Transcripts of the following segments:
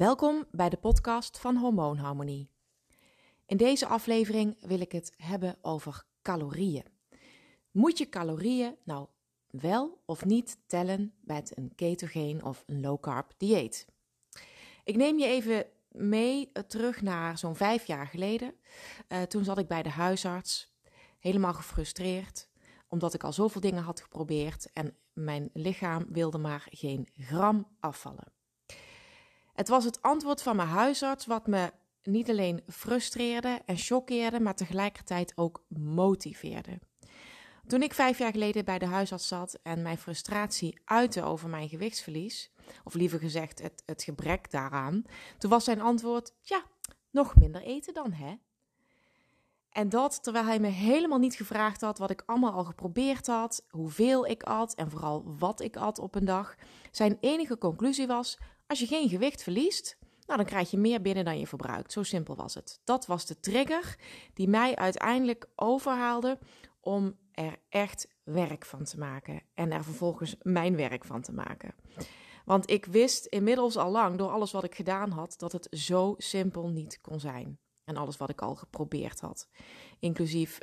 Welkom bij de podcast van Hormoonharmonie. In deze aflevering wil ik het hebben over calorieën. Moet je calorieën nou wel of niet tellen met een ketogeen of een low-carb dieet? Ik neem je even mee terug naar zo'n 5 jaar geleden. Toen zat ik bij de huisarts, helemaal gefrustreerd, omdat ik al zoveel dingen had geprobeerd en mijn lichaam wilde maar geen gram afvallen. Het was het antwoord van mijn huisarts wat me niet alleen frustreerde en choqueerde, maar tegelijkertijd ook motiveerde. Toen ik 5 jaar geleden bij de huisarts zat en mijn frustratie uitte over mijn gewichtsverlies, of liever gezegd het gebrek daaraan, toen was zijn antwoord, ja, nog minder eten dan, hè? En dat terwijl hij me helemaal niet gevraagd had wat ik allemaal al geprobeerd had, hoeveel ik at en vooral wat ik at op een dag. Zijn enige conclusie was, als je geen gewicht verliest, nou dan krijg je meer binnen dan je verbruikt. Zo simpel was het. Dat was de trigger die mij uiteindelijk overhaalde om er echt werk van te maken. En er vervolgens mijn werk van te maken. Want ik wist inmiddels al lang, door alles wat ik gedaan had, dat het zo simpel niet kon zijn. En alles wat ik al geprobeerd had. Inclusief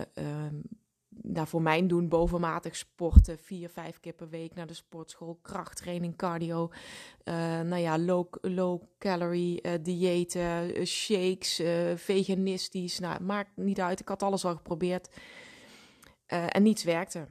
voor mijn doen bovenmatig sporten. 4-5 keer per week naar de sportschool. Krachttraining, cardio. Low calorie diëten. Shakes, veganistisch. Nou, maakt niet uit. Ik had alles al geprobeerd. En niets werkte.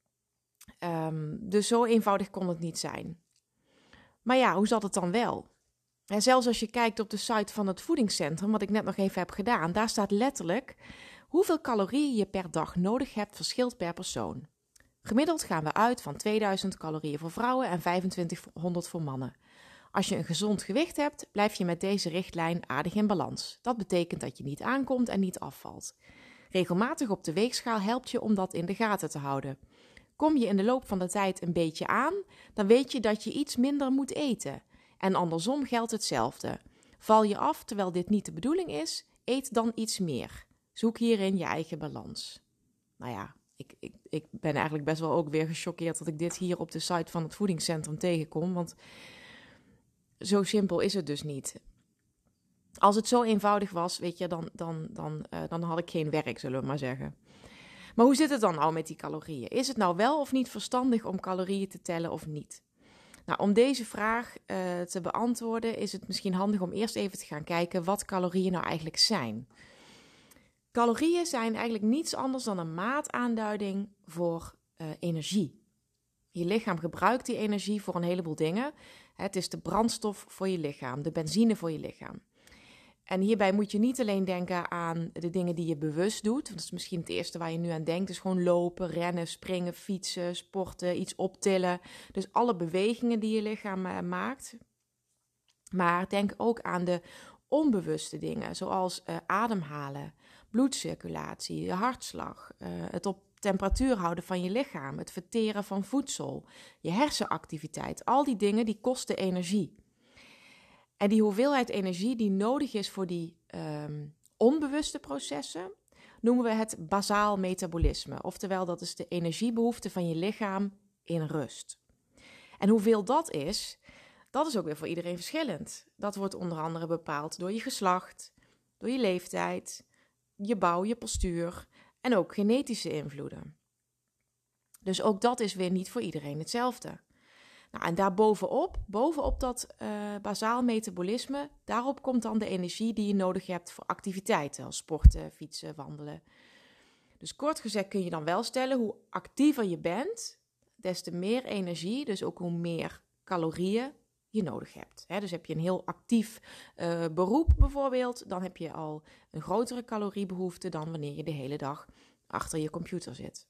Dus zo eenvoudig kon het niet zijn. Maar ja, hoe zat het dan wel? En zelfs als je kijkt op de site van het voedingscentrum, wat ik net nog even heb gedaan, daar staat letterlijk hoeveel calorieën je per dag nodig hebt, verschilt per persoon. Gemiddeld gaan we uit van 2000 calorieën voor vrouwen en 2500 voor mannen. Als je een gezond gewicht hebt, blijf je met deze richtlijn aardig in balans. Dat betekent dat je niet aankomt en niet afvalt. Regelmatig op de weegschaal helpt je om dat in de gaten te houden. Kom je in de loop van de tijd een beetje aan, dan weet je dat je iets minder moet eten. En andersom geldt hetzelfde. Val je af terwijl dit niet de bedoeling is, eet dan iets meer. Zoek hierin je eigen balans. Nou ja, ik ben eigenlijk best wel ook weer gechoqueerd dat ik dit hier op de site van het voedingscentrum tegenkom. Want zo simpel is het dus niet. Als het zo eenvoudig was, weet je, dan had ik geen werk, zullen we maar zeggen. Maar hoe zit het dan nou met die calorieën? Is het nou wel of niet verstandig om calorieën te tellen of niet? Nou, om deze vraag te beantwoorden is het misschien handig om eerst even te gaan kijken wat calorieën nou eigenlijk zijn. Calorieën zijn eigenlijk niets anders dan een maataanduiding voor energie. Je lichaam gebruikt die energie voor een heleboel dingen. Het is de brandstof voor je lichaam, de benzine voor je lichaam. En hierbij moet je niet alleen denken aan de dingen die je bewust doet. Want dat is misschien het eerste waar je nu aan denkt. Dus gewoon lopen, rennen, springen, fietsen, sporten, iets optillen. Dus alle bewegingen die je lichaam maakt. Maar denk ook aan de onbewuste dingen. Zoals ademhalen, bloedcirculatie, de hartslag. Het op temperatuur houden van je lichaam. Het verteren van voedsel. Je hersenactiviteit. Al die dingen die kosten energie. En die hoeveelheid energie die nodig is voor die onbewuste processen, noemen we het basaal metabolisme. Oftewel, dat is de energiebehoefte van je lichaam in rust. En hoeveel dat is ook weer voor iedereen verschillend. Dat wordt onder andere bepaald door je geslacht, door je leeftijd, je bouw, je postuur en ook genetische invloeden. Dus ook dat is weer niet voor iedereen hetzelfde. Nou, en bovenop dat basaal metabolisme, daarop komt dan de energie die je nodig hebt voor activiteiten als sporten, fietsen, wandelen. Dus kort gezegd kun je dan wel stellen, hoe actiever je bent, des te meer energie, dus ook hoe meer calorieën je nodig hebt. Dus heb je een heel actief beroep bijvoorbeeld, dan heb je al een grotere caloriebehoefte dan wanneer je de hele dag achter je computer zit.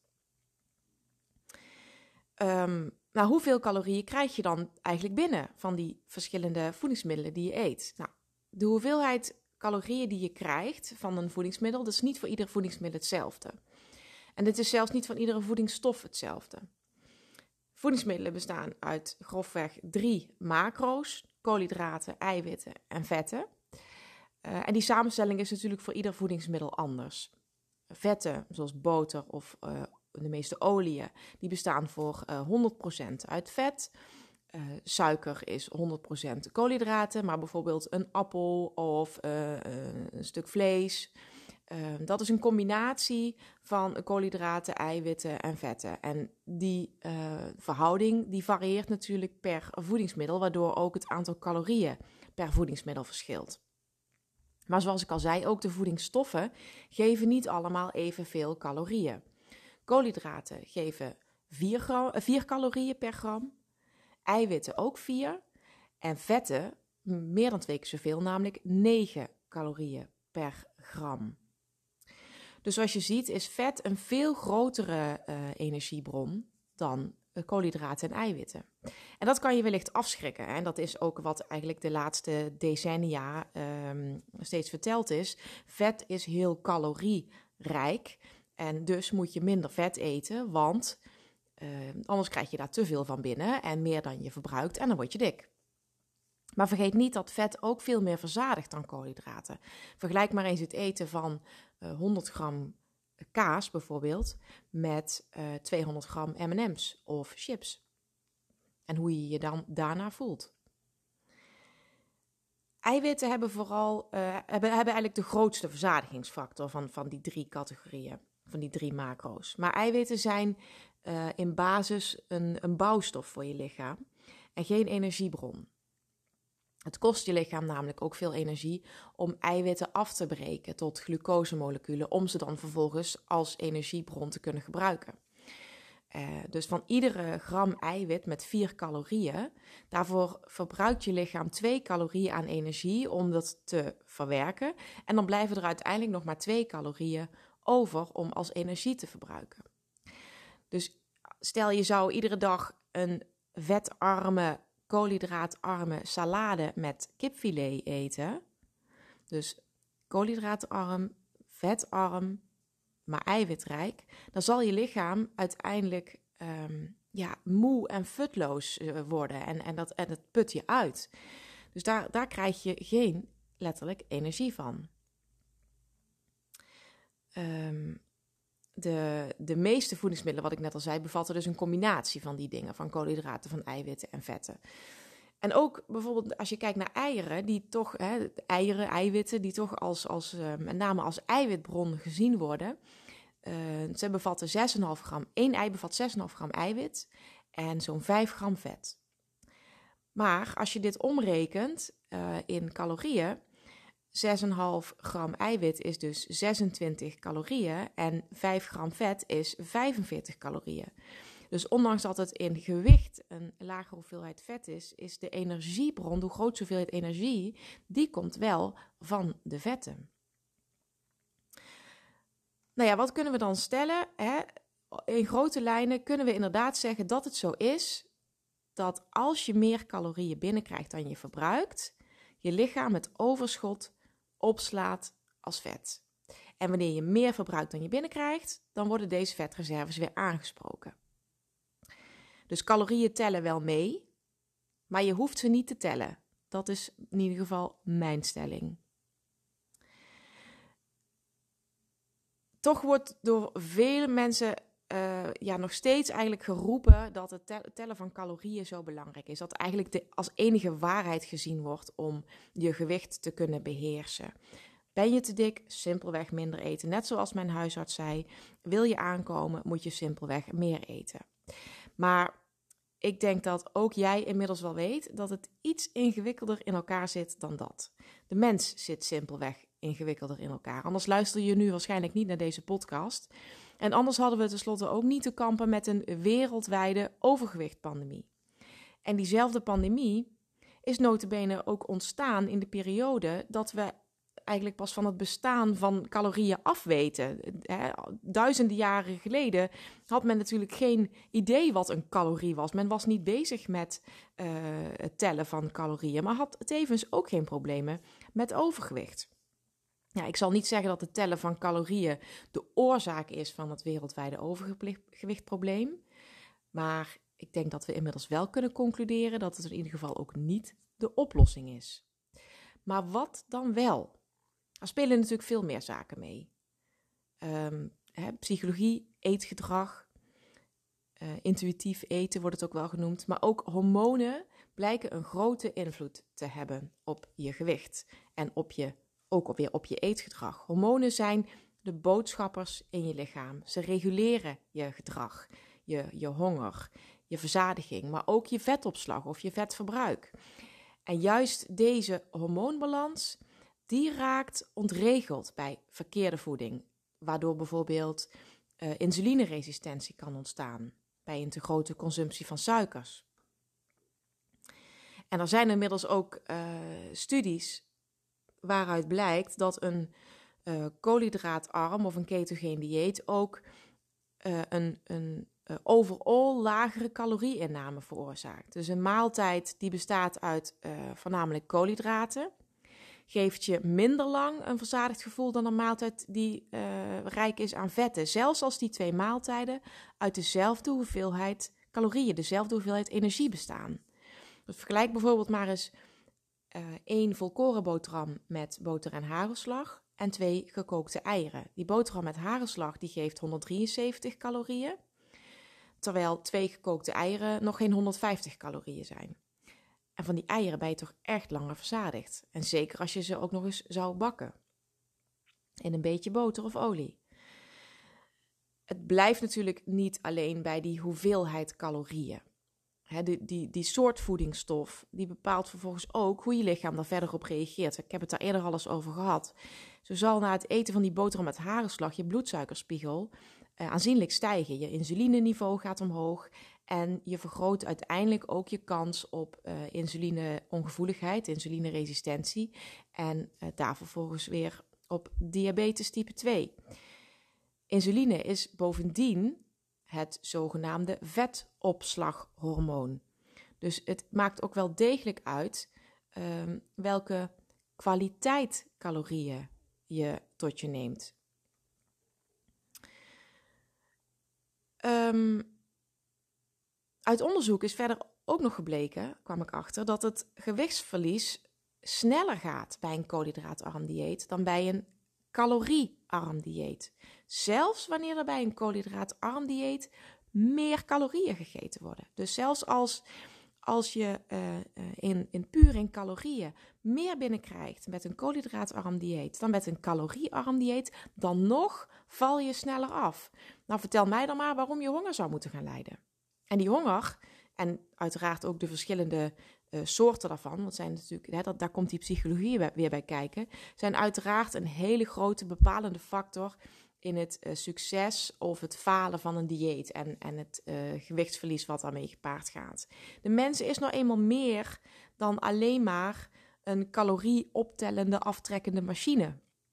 Nou, hoeveel calorieën krijg je dan eigenlijk binnen van die verschillende voedingsmiddelen die je eet? Nou, de hoeveelheid calorieën die je krijgt van een voedingsmiddel, dat is niet voor ieder voedingsmiddel hetzelfde. En dit is zelfs niet van iedere voedingsstof hetzelfde. Voedingsmiddelen bestaan uit grofweg 3 macro's, koolhydraten, eiwitten en vetten. En die samenstelling is natuurlijk voor ieder voedingsmiddel anders. Vetten, zoals boter of de meeste oliën, die bestaan voor 100% uit vet. suiker is 100% koolhydraten, maar bijvoorbeeld een appel of een stuk vlees. Dat is een combinatie van koolhydraten, eiwitten en vetten. En die verhouding die varieert natuurlijk per voedingsmiddel, waardoor ook het aantal calorieën per voedingsmiddel verschilt. Maar zoals ik al zei, ook de voedingsstoffen geven niet allemaal evenveel calorieën. Koolhydraten geven 4 calorieën per gram, eiwitten ook 4 en vetten meer dan 2 keer zoveel, namelijk 9 calorieën per gram. Dus zoals je ziet is vet een veel grotere energiebron dan koolhydraten en eiwitten. En dat kan je wellicht afschrikken. En dat is ook wat eigenlijk de laatste decennia steeds verteld is. Vet is heel calorierijk en dus moet je minder vet eten, want anders krijg je daar te veel van binnen en meer dan je verbruikt en dan word je dik. Maar vergeet niet dat vet ook veel meer verzadigt dan koolhydraten. Vergelijk maar eens het eten van 100 gram kaas bijvoorbeeld met 200 gram M&M's of chips. En hoe je je dan daarna voelt. Eiwitten hebben eigenlijk de grootste verzadigingsfactor van die 3 categorieën, van die 3 macro's. Maar eiwitten zijn in basis een bouwstof voor je lichaam en geen energiebron. Het kost je lichaam namelijk ook veel energie om eiwitten af te breken tot glucosemoleculen, om ze dan vervolgens als energiebron te kunnen gebruiken. Dus van iedere gram eiwit met 4 calorieën, daarvoor verbruikt je lichaam 2 calorieën aan energie om dat te verwerken. En dan blijven er uiteindelijk nog maar 2 calorieën over om als energie te verbruiken. Dus stel je zou iedere dag een vetarme, koolhydraatarme salade met kipfilet eten. Dus koolhydraatarm, vetarm, maar eiwitrijk. Dan zal je lichaam uiteindelijk moe en futloos worden. En dat put je uit. Dus daar krijg je geen letterlijk energie van. De meeste voedingsmiddelen, wat ik net al zei, bevatten dus een combinatie van die dingen. Van koolhydraten, van eiwitten en vetten. En ook bijvoorbeeld als je kijkt naar eieren, die toch, eiwitten, die toch met name als eiwitbron gezien worden. Ze bevatten 6,5 gram, 1 ei bevat 6,5 gram eiwit en zo'n 5 gram vet. Maar als je dit omrekent in calorieën, 6,5 gram eiwit is dus 26 calorieën en 5 gram vet is 45 calorieën. Dus ondanks dat het in gewicht een lagere hoeveelheid vet is de energiebron, de grootste hoeveelheid energie, die komt wel van de vetten. Nou ja, wat kunnen we dan stellen? In grote lijnen kunnen we inderdaad zeggen dat het zo is dat als je meer calorieën binnenkrijgt dan je verbruikt, je lichaam het overschot opslaat als vet. En wanneer je meer verbruikt dan je binnenkrijgt, dan worden deze vetreserves weer aangesproken. Dus calorieën tellen wel mee, maar je hoeft ze niet te tellen. Dat is in ieder geval mijn stelling. Toch wordt door vele mensen nog steeds eigenlijk geroepen dat het tellen van calorieën zo belangrijk is. Dat eigenlijk als enige waarheid gezien wordt om je gewicht te kunnen beheersen. Ben je te dik? Simpelweg minder eten. Net zoals mijn huisarts zei, wil je aankomen, moet je simpelweg meer eten. Maar ik denk dat ook jij inmiddels wel weet dat het iets ingewikkelder in elkaar zit dan dat. De mens zit simpelweg ingewikkelder in elkaar. Anders luister je nu waarschijnlijk niet naar deze podcast. En anders hadden we tenslotte ook niet te kampen met een wereldwijde overgewichtpandemie. En diezelfde pandemie is nota bene ook ontstaan in de periode dat we eigenlijk pas van het bestaan van calorieën afweten. Duizenden jaren geleden had men natuurlijk geen idee wat een calorie was. Men was niet bezig met het tellen van calorieën, maar had tevens ook geen problemen met overgewicht. Ja, ik zal niet zeggen dat het tellen van calorieën de oorzaak is van het wereldwijde overgewichtprobleem. Maar ik denk dat we inmiddels wel kunnen concluderen dat het in ieder geval ook niet de oplossing is. Maar wat dan wel? Er spelen natuurlijk veel meer zaken mee. Psychologie, eetgedrag, intuïtief eten wordt het ook wel genoemd. Maar ook hormonen blijken een grote invloed te hebben op je gewicht en ook weer op je eetgedrag. Hormonen zijn de boodschappers in je lichaam. Ze reguleren je gedrag, je honger, je verzadiging, maar ook je vetopslag of je vetverbruik. En juist deze hormoonbalans, die raakt ontregeld bij verkeerde voeding, waardoor bijvoorbeeld insulineresistentie kan ontstaan bij een te grote consumptie van suikers. En er zijn inmiddels ook studies waaruit blijkt dat een koolhydraatarm of een ketogeen dieet ook een overall lagere calorieinname veroorzaakt. Dus een maaltijd die bestaat uit voornamelijk koolhydraten geeft je minder lang een verzadigd gevoel dan een maaltijd die rijk is aan vetten. Zelfs als die 2 maaltijden uit dezelfde hoeveelheid calorieën, dezelfde hoeveelheid energie bestaan. Dus vergelijk bijvoorbeeld maar eens 1 volkoren boterham met boter en hagelslag en 2 gekookte eieren. Die boterham met hagelslag die geeft 173 calorieën, terwijl 2 gekookte eieren nog geen 150 calorieën zijn. En van die eieren ben je toch echt langer verzadigd. En zeker als je ze ook nog eens zou bakken. In een beetje boter of olie. Het blijft natuurlijk niet alleen bij die hoeveelheid calorieën. Die soort voedingsstof, die bepaalt vervolgens ook hoe je lichaam daar verder op reageert. Ik heb het daar eerder al eens over gehad. Zo zal na het eten van die boterham met hagelslag je bloedsuikerspiegel aanzienlijk stijgen. Je insulineniveau gaat omhoog en je vergroot uiteindelijk ook je kans op insulineongevoeligheid, insulineresistentie en daar vervolgens weer op diabetes type 2. Insuline is bovendien het zogenaamde vetopslaghormoon. Dus het maakt ook wel degelijk uit welke kwaliteit calorieën je tot je neemt. Uit onderzoek is verder ook nog gebleken, kwam ik achter, dat het gewichtsverlies sneller gaat bij een koolhydraatarm dieet dan bij een caloriearm dieet. Zelfs wanneer er bij een koolhydraatarm dieet meer calorieën gegeten worden. Dus zelfs als je puur in calorieën meer binnenkrijgt met een koolhydraatarm dieet dan met een caloriearm dieet, dan nog val je sneller af. Nou, vertel mij dan maar waarom je honger zou moeten gaan lijden. En die honger, en uiteraard ook de verschillende soorten daarvan, want zijn natuurlijk, daar komt die psychologie weer bij kijken, zijn uiteraard een hele grote bepalende factor in het succes of het falen van een dieet en het gewichtsverlies wat daarmee gepaard gaat. De mens is nou eenmaal meer dan alleen maar een calorie-optellende, aftrekkende machine.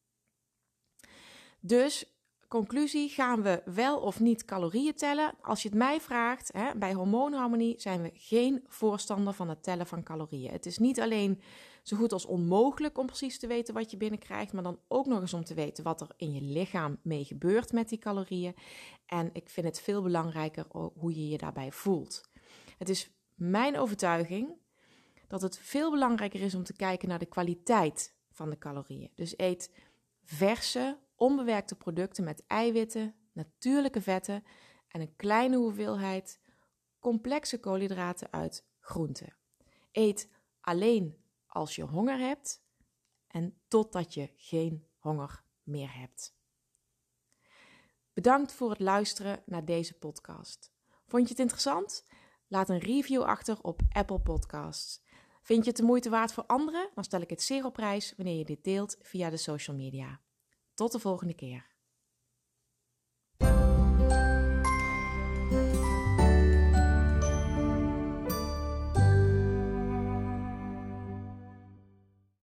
Dus, conclusie, gaan we wel of niet calorieën tellen? Als je het mij vraagt, bij hormoonharmonie zijn we geen voorstander van het tellen van calorieën. Het is niet alleen zo goed als onmogelijk om precies te weten wat je binnenkrijgt, maar dan ook nog eens om te weten wat er in je lichaam mee gebeurt met die calorieën. En ik vind het veel belangrijker hoe je je daarbij voelt. Het is mijn overtuiging dat het veel belangrijker is om te kijken naar de kwaliteit van de calorieën. Dus eet verse, onbewerkte producten met eiwitten, natuurlijke vetten en een kleine hoeveelheid complexe koolhydraten uit groenten. Eet alleen als je honger hebt en totdat je geen honger meer hebt. Bedankt voor het luisteren naar deze podcast. Vond je het interessant? Laat een review achter op Apple Podcasts. Vind je het de moeite waard voor anderen? Dan stel ik het zeer op prijs wanneer je dit deelt via de social media. Tot de volgende keer.